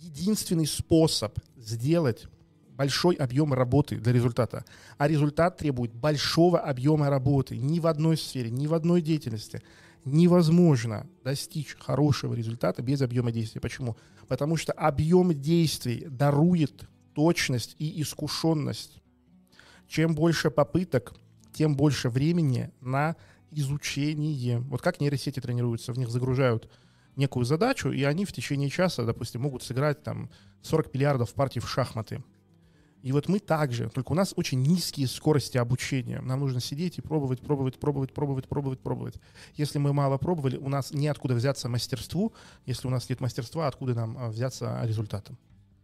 единственный способ сделать большой объем работы для результата. А результат требует большого объема работы. Ни в одной сфере, ни в одной деятельности невозможно достичь хорошего результата без объема действий. Почему? Потому что объем действий дарует точность и искушенность. Чем больше попыток, тем больше времени на изучение. Вот как нейросети тренируются, в них загружают некую задачу, и они в течение часа, допустим, могут сыграть там 40 миллиардов партий в шахматы. И вот мы также, только у нас очень низкие скорости обучения. Нам нужно сидеть и пробовать. Если мы мало пробовали, у нас неоткуда взяться мастерству. Если у нас нет мастерства, откуда нам взяться результатом?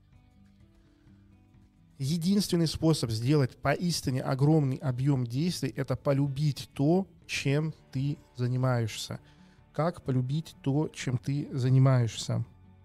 Единственный способ сделать поистине огромный объем действий — это полюбить то, чем ты занимаешься. Как полюбить то, чем ты занимаешься?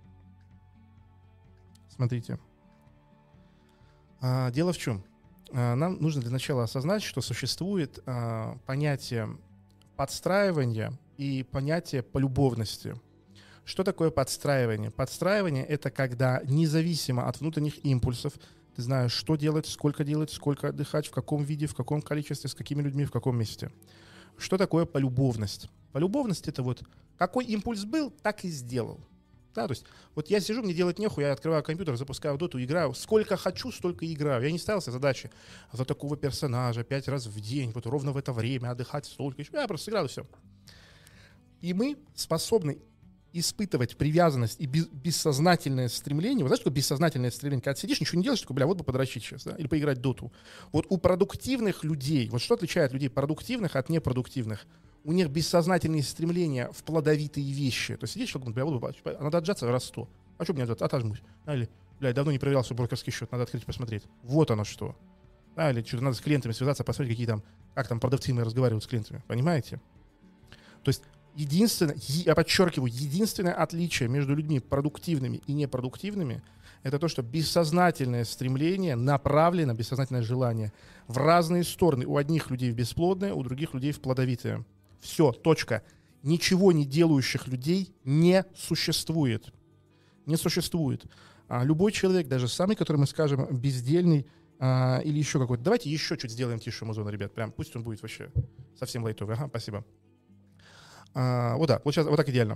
Смотрите. Дело в чем? Нам нужно для начала осознать, что существует понятие подстраивания и понятие полюбовности. Что такое подстраивание? Подстраивание — это когда независимо от внутренних импульсов ты знаешь, что делать, сколько отдыхать, в каком виде, в каком количестве, с какими людьми, в каком месте. Что такое полюбовность? Полюбовность — это вот какой импульс был, так и сделал. Да, то есть вот я сижу, мне делать нехуй, я открываю компьютер, запускаю доту, играю. Сколько хочу, столько играю. Я не ставил себе задачи за такого персонажа 5 раз в день, вот ровно в это время отдыхать столько. Я просто играл и все. И мы способны испытывать привязанность и бессознательное стремление. Вы знаете, что бессознательное стремление? Когда сидишь, ничего не делаешь, такой, вот бы подрочить сейчас, да? Или поиграть в доту. Вот у продуктивных людей, вот что отличает людей продуктивных от непродуктивных? У них бессознательные стремления в плодовитые вещи. То есть сидишь, вот бы, надо отжаться раз 100. А что мне отжаться? Отожмусь. Или, давно не проверял свой брокерский счет, надо открыть, посмотреть. Вот оно что. Или что-то надо с клиентами связаться, посмотреть, как там продавцы мои разговаривают с клиентами. Понимаете? То есть единственное, я подчеркиваю, единственное отличие между людьми продуктивными и непродуктивными — это то, что бессознательное стремление направлено, бессознательное желание в разные стороны. У одних людей в бесплодное, у других людей в плодовитое. Все, точка. Ничего не делающих людей не существует. Не существует. Любой человек, даже самый, который мы скажем бездельный или еще какой-то. Давайте еще чуть сделаем тише музона, ребят. Прям пусть он будет вообще совсем лайтовый. Ага, спасибо. Вот так. Вот сейчас, вот так идеально.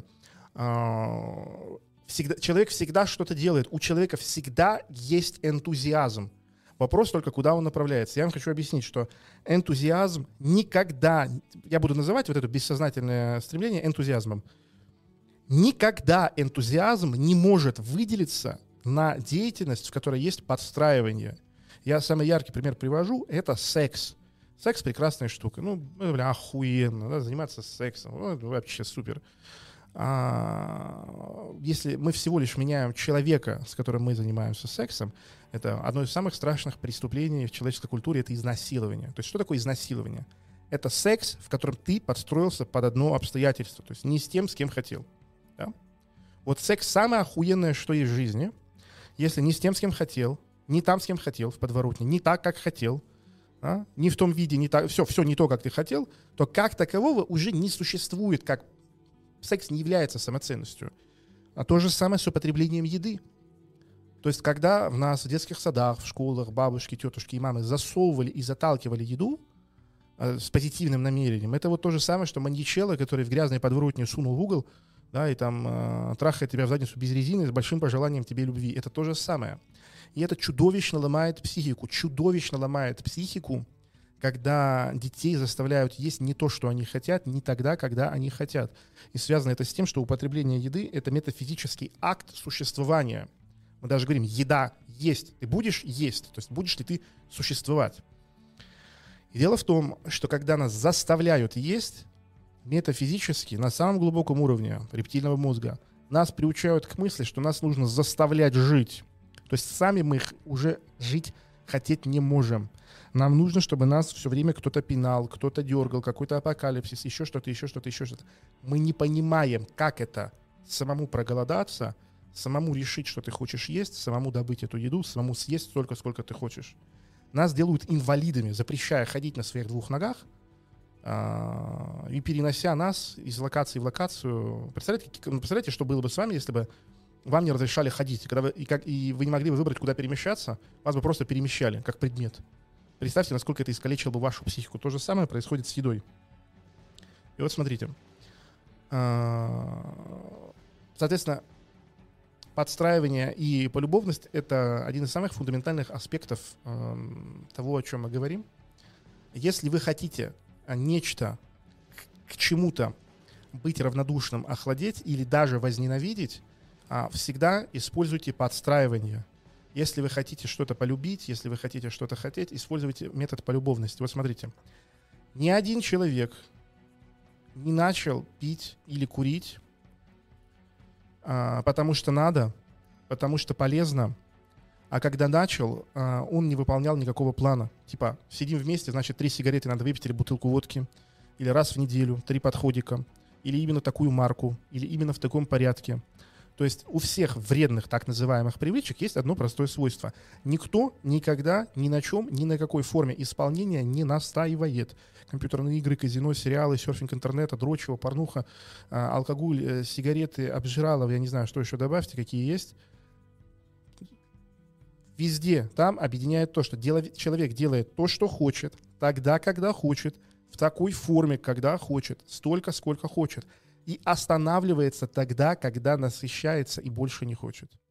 Человек всегда что-то делает. У человека всегда есть энтузиазм. Вопрос только, куда он направляется. Я вам хочу объяснить, что энтузиазм никогда, я буду называть вот это бессознательное стремление энтузиазмом, никогда энтузиазм не может выделиться на деятельность, в которой есть подстраивание. Я самый яркий пример привожу, это секс. Секс — прекрасная штука. Охуенно, да, заниматься сексом, вообще супер. Если мы всего лишь меняем человека, с которым мы занимаемся сексом, это одно из самых страшных преступлений в человеческой культуре — это изнасилование. То есть что такое изнасилование? Это секс, в котором ты подстроился под одно обстоятельство, то есть не с тем, с кем хотел. Да? Вот секс — самое охуенное, что есть в жизни. Если не с тем, с кем хотел, не там, с кем хотел, в подворотне, не так, как хотел, не в том виде, не так, все не то, как ты хотел, то как такового уже не существует, как секс не является самоценностью. А то же самое с употреблением еды. То есть, когда в нас в детских садах, в школах бабушки, тетушки и мамы засовывали и заталкивали еду с позитивным намерением, это вот то же самое, что маньячелло, который в грязной подворотне сунул в угол, да, и там трахает тебя в задницу без резины с большим пожеланием тебе любви. Это то же самое. И это чудовищно ломает психику, когда детей заставляют есть не то, что они хотят, не тогда, когда они хотят. И связано это с тем, что употребление еды — это метафизический акт существования. Мы даже говорим: еда есть. Ты будешь есть, то есть будешь ли ты существовать. И дело в том, что когда нас заставляют есть, метафизически, на самом глубоком уровне рептильного мозга, нас приучают к мысли, что нас нужно заставлять жить. То есть сами мы их уже жить хотеть не можем. Нам нужно, чтобы нас все время кто-то пинал, кто-то дергал, какой-то апокалипсис, еще что-то. Мы не понимаем, как это самому проголодаться, самому решить, что ты хочешь есть, самому добыть эту еду, самому съесть столько, сколько ты хочешь. Нас делают инвалидами, запрещая ходить на своих двух ногах и перенося нас из локации в локацию. Представляете, что было бы с вами, если бы вам не разрешали ходить. И вы не могли бы выбрать, куда перемещаться, вас бы просто перемещали, как предмет. Представьте, насколько это искалечило бы вашу психику. То же самое происходит с едой. И вот смотрите. Соответственно, подстраивание и полюбовность — это один из самых фундаментальных аспектов того, о чем мы говорим. Если вы хотите нечто к чему-то быть равнодушным, охладеть или даже возненавидеть, всегда используйте подстраивание. Если вы хотите что-то полюбить, если вы хотите что-то хотеть, используйте метод полюбовности. Вот смотрите, ни один человек не начал пить или курить, потому что надо, потому что полезно, а когда начал, он не выполнял никакого плана. Типа, сидим вместе, значит, 3 сигареты надо выпить или бутылку водки, или раз в неделю, 3 подходика, или именно такую марку, или именно в таком порядке. То есть у всех вредных так называемых привычек есть одно простое свойство. Никто никогда ни на чем, ни на какой форме исполнения не настаивает. Компьютерные игры, казино, сериалы, серфинг интернета, дрочево, порнуха, алкоголь, сигареты, обжиралово, я не знаю, что еще добавьте, какие есть. Везде там объединяет то, что человек делает то, что хочет, тогда, когда хочет, в такой форме, когда хочет, столько, сколько хочет. И останавливается тогда, когда насыщается и больше не хочет.